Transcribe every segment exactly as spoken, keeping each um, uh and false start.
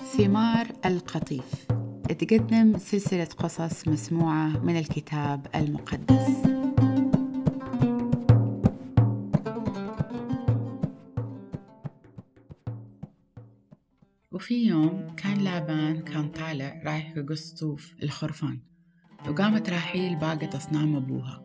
ثمار القطيف تقدم سلسلة قصص مسموعة من الكتاب المقدس. وفي يوم كان لابان كان طالع رايح يقص صوف الخرفان، وقامت راحيل باقت أصنام أبوها،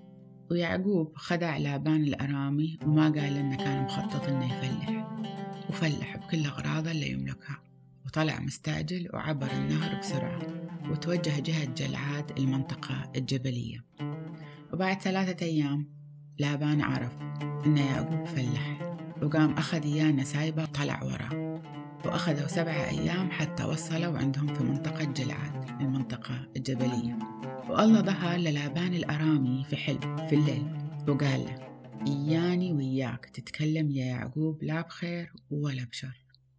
ويعقوب خدع لابان الأرامي وما قال إنه كان مخطط إنه يفلح، وفلح بكل أغراضه اللي يملكها، وطلع مستعجل وعبر النهر بسرعة وتوجه جهة جلعاد المنطقة الجبلية. وبعد ثلاثة أيام لابان عرف إن يعقوب فلح، وقام أخذ إياه نسايبه وطلع وراه، وأخذوا سبعة أيام حتى وصلوا عندهم في منطقة جلعاد المنطقة الجبلية. والله ظهر للابان الأرامي في حلم في الليل وقال له: إياني وياك تتكلم يا يعقوب لا بخير ولا بشر.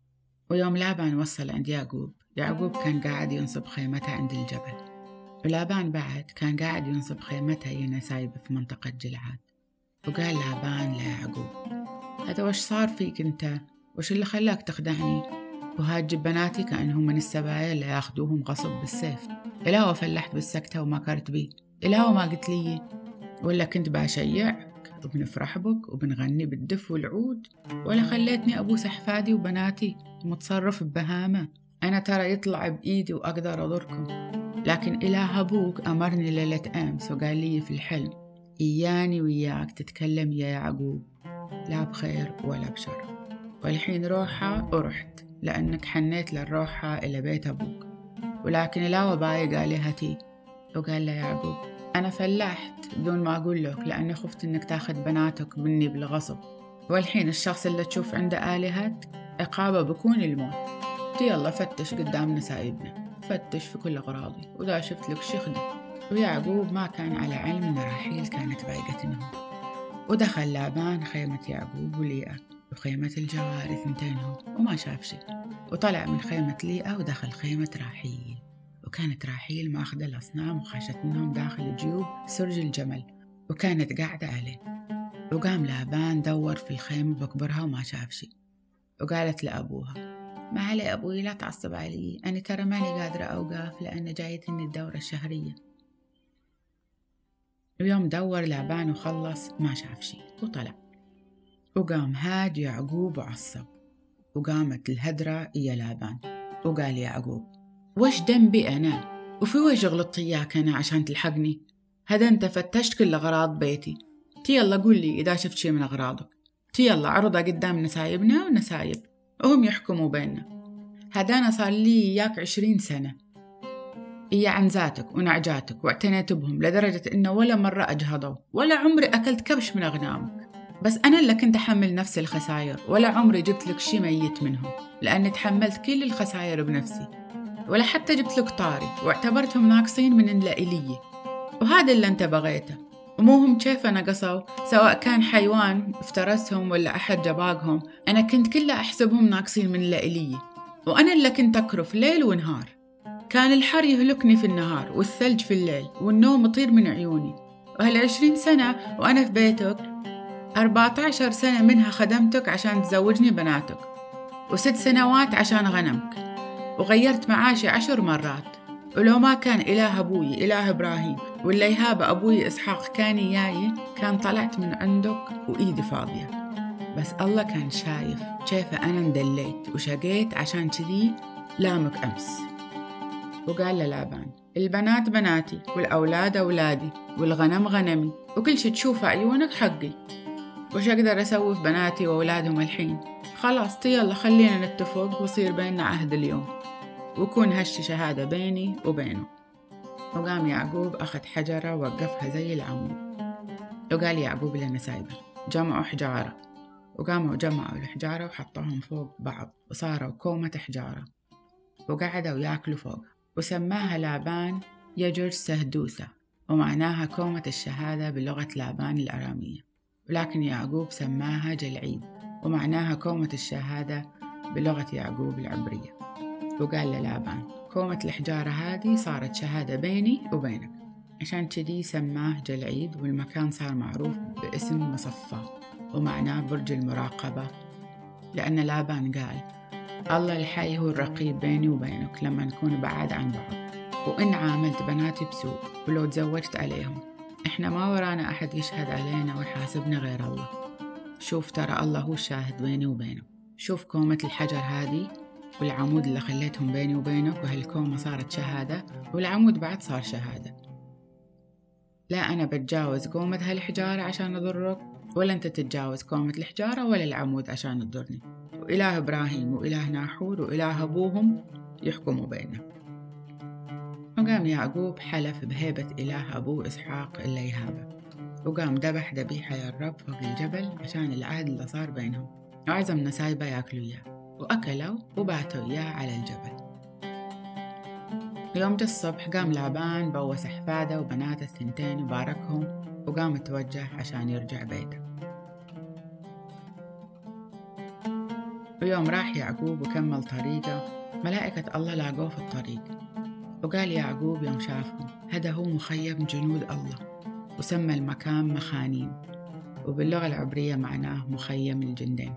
ويوم لابان وصل عند يعقوب، يعقوب كان قاعد ينصب خيمته عند الجبل، ولابان بعد كان قاعد ينصب خيمته ينسايبه في منطقة جلعاد. وقال لابان ليعقوب: هذا وش صار فيك أنت؟ وش اللي خلاك تخدعني وهاجب بناتي كأنهم من السبايا اللي ياخدوهم غصب بالسيف؟ إلا فلحت بالسكتة وما كرت بي، إلا ما قلت لي، ولا كنت بشيعك وبنفرح بك وبنغني بالدف والعود، ولا خليتني أبوس أحفادي وبناتي ومتصرف ببهامة. أنا ترى يطلع بإيدي وأقدر أضركم، لكن إله أبوك أمرني ليلة أمس وقال لي في الحلم: إياني وياك تتكلم يا يعقوب لا بخير ولا بشر. والحين روحها ورحت، لأنك حنيت للروحة إلى بيت أبوك، ولكن لا وباي قال هاتي. وقال له يعقوب: أنا فلحت بدون ما أقول لك، لأني خفت إنك تاخذ بناتك مني بالغصب، والحين الشخص اللي تشوف عنده آلهة عقابه بكون الموت. يلا فتش قدام نسايبنا، فتش في كل أغراضي، ودا شفت لك شخدة. ويعقوب ما كان على علم إن راحيل كانت بايقتنهم. ودخل لابان خيمة يعقوب وليئة وخيمة الجواري ثنتينهم وما شاف شيء، وطلع من خيمة ليئة ودخل خيمة راحيل، وكانت راحيل ماخذة الأصنام وخشت منهم داخل جيوب سرج الجمل وكانت قاعدة عليه. وقام لابان دور في الخيمة بكبرها وما شاف شيء، وقالت لأبوها: ما علي أبوي لا تعصب علي، أنا ترى ماني قادرة أوقف لأن جايتني الدورة الشهرية. ويوم دور لابان وخلص ما شاف شيء وطلع، وقام هاج يعقوب وعصب، وقامت الهدرة إيا لابان وقال يعقوب: وش ذنبي أنا؟ وفي وش غلطت إياك أنا عشان تلحقني؟ هذا أنت فتشت كل أغراض بيتي، تي يلا قول لي إذا شفت شيء من أغراضك، تي يلا عرضها قدام نسايبنا ونسايب وهم يحكموا بيننا. هذا أنا صار لي إياك عشرين سنة إيا عن ذاتك ونعجاتك، واعتنيت بهم لدرجة إنه ولا مرة أجهضوا، ولا عمري أكلت كبش من أغنامك، بس أنا اللي كنت أحمل نفس الخسائر، ولا عمري جبت لك شي ميت منهم، لأني تحملت كل الخسائر بنفسي، ولا حتى جبت لك طاري واعتبرتهم ناقصين من اللائلية. وهذا اللي أنت بغيته، وموهم كيف أنا قصوا، سواء كان حيوان افترسهم ولا أحد جباقهم، أنا كنت كلها أحسبهم ناقصين من اللائلية، وأنا اللي كنت أكرف ليل ونهار. كان الحر يهلكني في النهار والثلج في الليل والنوم يطير من عيوني، وهالعشرين سنة وأنا في بيتك أربعة عشر سنة منها خدمتك عشان تزوجني بناتك، وست سنوات عشان غنمك، وغيرت معاشي عشر مرات. ولو ما كان إله أبوي إله إبراهيم واللي يهاب أبوي إسحاق كان إياي، كان طلعت من عندك وإيدي فاضية. بس الله كان شايف كيف أنا اندليت وشقيت، عشان كذي لامك أمس. وقال للابان: البنات بناتي والأولاد أولادي والغنم غنمي، وكل شي تشوف عيونك حقي، وش أقدر أسوي في بناتي وأولادهم الحين؟ خلاص يلا خلينا نتفق ويصير بيننا عهد اليوم، وكون هالشي شهادة بيني وبينه. وقام يعقوب أخذ حجرة ووقفها زي العمود، وقال يعقوب لنسايبه: جمعوا حجارة. وقاموا جمعوا الحجارة وحطوهم فوق بعض وصاروا كومة حجارة، وقعدوا ياكلوا فوق. وسماها لابان يجرس سهدوثة، ومعناها كومة الشهادة بلغة لابان الأرامية، ولكن يعقوب سماها جلعيد، ومعناها كومة الشهادة بلغة يعقوب العبرية. وقال للابان: كومة الحجارة هذه صارت شهادة بيني وبينك، عشان كذي سماه جلعيد، والمكان صار معروف باسم مصفى، ومعناه برج المراقبة، لأن لابان قال: الله الحي هو الرقيب بيني وبينك لما نكون بعاد عن بعض، وإن عاملت بناتي بسوء ولو تزوجت عليهم، إحنا ما ورانا أحد يشهد علينا ويحاسبنا غير الله. شوف ترى الله هو الشاهد بيني وبينه. شوف كومة الحجر هذه والعمود اللي خليتهم بيني وبينك، وهالكومة صارت شهادة والعمود بعد صار شهادة. لا أنا بتجاوز كومة هالحجارة عشان أضرك، ولا أنت تتجاوز كومة الحجارة ولا العمود عشان تضرني. وإله إبراهيم وإله ناحور وإله أبوهم يحكموا بيننا. وقام يعقوب حلف بهيبة إله أبوه إسحاق اللي يهابه، وقام ذبح ذبيحة يا الرب فوق الجبل عشان العهد اللي صار بينهم، وعزم نسايبه ياكلوا إياه، وأكلوا وباتوا إياه على الجبل. يوم جه الصبح قام لابان بوس أحفاده وبناته الثنتين وباركهم، وقام توجه عشان يرجع بيته. ويوم راح يعقوب وكمل طريقه، ملائكة الله لاقوه في الطريق، وقال يعقوب يوم شافهم هذا هو مخيم جنود الله، وسمى المكان مخانيم، وباللغة العبرية معناه مخيم الجندين.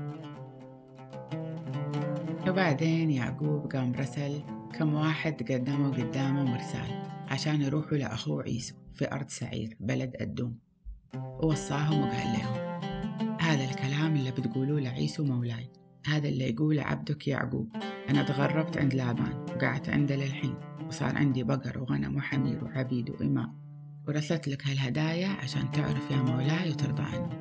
وبعدين يعقوب قام رسل كم واحد قدموا قدامه مرسال عشان يروحوا لأخوه عيسو في أرض سعير بلد أدوم، ووصاهم وقال لهم هذا الكلام اللي بتقولوه لعيسو مولاي، هذا اللي يقوله عبدك يعقوب. أنا تغربت عند لابان وقعدت عنده للحين، وصار عندي بقر وغنم وحمير وعبيد وإماء، ورسلت لك هالهدايا عشان تعرف يا مولاي وترضى عني.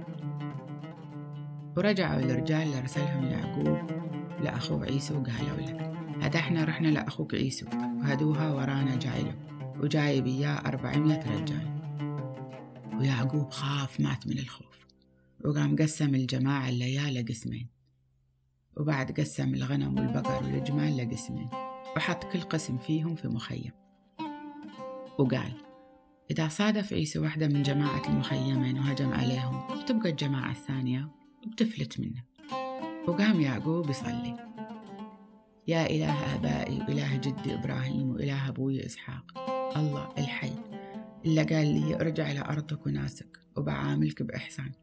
ورجعوا الرجال اللي رسلهم يعقوب لأخوه عيسو وقالوا له هذا احنا رحنا لأخوك عيسو وهدوها ورانا جايله، وجايب إياه أربعمائة رجال. ويعقوب خاف مات من الخوف، وقام قسم الجماعة الليالة قسمين، وبعد قسم الغنم والبقر والجمال لقسمين، وحط كل قسم فيهم في مخيم، وقال إذا صادف عيسو واحدة من جماعة المخيمين وهجم عليهم تبقى الجماعة الثانية وبتفلت منه. وقام يعقوب يصلي يا إله آبائي وإله جدي إبراهيم وإله أبوي إسحاق، الله الحي اللي قال لي ارجع لأرضك وناسك وبعاملك بإحسان.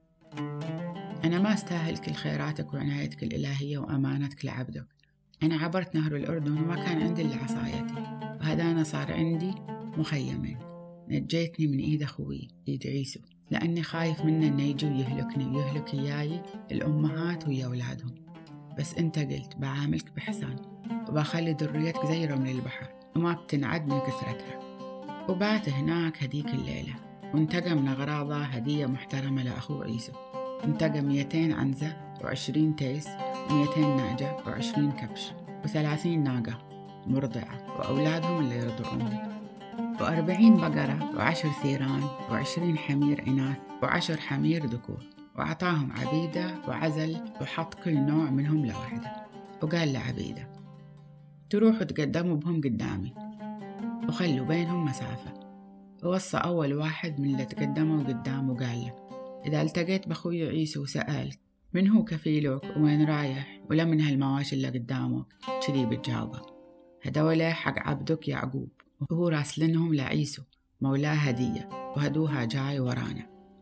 أنا ما استاهل كل خيراتك وعنايتك الإلهية وأمانتك لعبدك. أنا عبرت نهر الأردن وما كان عندي إلا عصايتي، وهذا أنا صار عندي مخيمين. نجيتني من إيد أخوي إيد عيسو، لأني خايف منه إنه يجي ويهلكني ويهلك إياي الأمهات ويا أولادهم. بس أنت قلت بعاملك بإحسان وبخلي ذريتك زي رمل البحر وما بتنعد من كثرتها. وبات هناك هديك الليلة، وانتقم من أغراضه هدية محترمة لأخوه عيسو. انتقم مئتين عنزة وعشرين تيس ومئتين نعجة وعشرين كبش وثلاثين ناقة مرضعة وأولادهم اللي يرضعون، وأربعين بقرة وعشر ثيران وعشرين حمير إناث وعشر حمير ذكور، وأعطاهم عبيدة وعزل، وحط كل نوع منهم لوحده. وقال لعبيدة تروحوا تقدموا بهم قدامي وخلوا بينهم مسافة. ووصى أول واحد من اللي تقدموا قدامه وقال له إذا التقيت بأخوي عيسو وسألت من هو كفيلك وين رايح ولا من هالمواشي اللي قدامك، كذي بتجاوبه هدول حق عبدك يعقوب، وهو راسلنهم لعيسو مولاه هدية وهدوها جاي ورانا.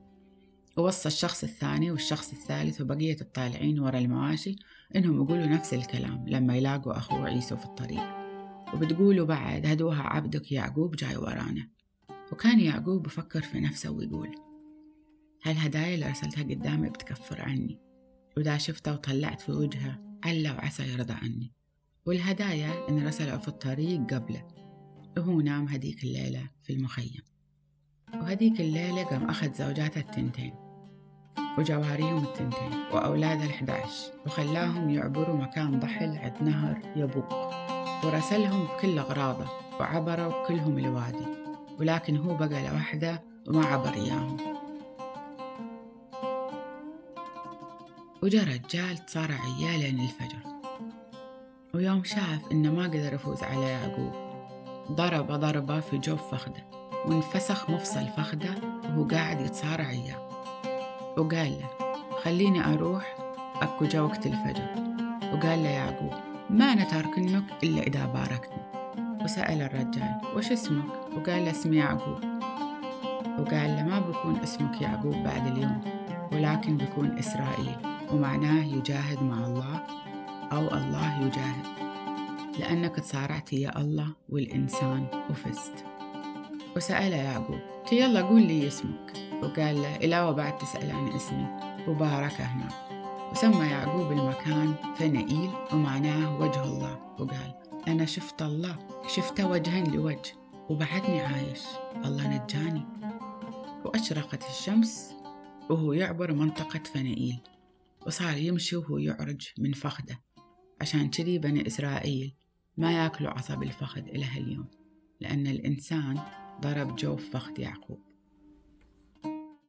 ووصى الشخص الثاني والشخص الثالث وبقية الطالعين ورا المواشي إنهم يقولوا نفس الكلام لما يلاقوا أخوه عيسو في الطريق، وبتقولوا بعد هدوها عبدك يعقوب جاي ورانا. وكان يعقوب بفكر في نفسه ويقول هالهدايا اللي أرسلتها قدامي بتكفر عني، وإذا شفتها وطلعت في وجهها علا وعسى يرضى عني. والهدايا إن رسلوا في الطريق قبله، وهو نام هديك الليلة في المخيم. وهديك الليلة قام أخذ زوجاته التنتين وجواريهم التنتين وأولاده الحداش، وخلاهم يعبروا مكان ضحل عند نهر يبوق، ورسلهم بكل أغراضه وعبروا كلهم الوادي، ولكن هو بقى لوحده وما عبر إياهم. وجا رجال صار عيالين الفجر، ويوم شاف إنه ما قدر يفوز على يعقوب ضرب ضربة في جوف فخده وانفسخ مفصل فخده وهو قاعد يتصارع إياه. وقال له خليني أروح أكو جا وقت الفجر. وقال له يعقوب ما أنا تاركنك إلا إذا باركتني. وسأل الرجال وش اسمك؟ وقال له اسمي يعقوب. وقال له ما بيكون اسمك يعقوب بعد اليوم، ولكن بيكون إسرائيل، ومعناه يجاهد مع الله أو الله يجاهد، لأنك تصارعت يا الله والإنسان وفزت. وسأل يعقوب: يلا قول لي اسمك. وقال له: إلا وبعد تسأل عن اسمي. وبارك هناك، وسمى يعقوب المكان فنئيل، ومعناه وجه الله. وقال: أنا شفت الله، شفت وجها لوجه، وبعدني عايش، الله نجاني. وأشرقت الشمس وهو يعبر منطقة فنئيل، وصار يمشي وهو يعرج من فخده. عشان كذي بني إسرائيل ما يأكلوا عصب الفخذ إلى هاليوم، لأن الإنسان ضرب جوف فخذ يعقوب.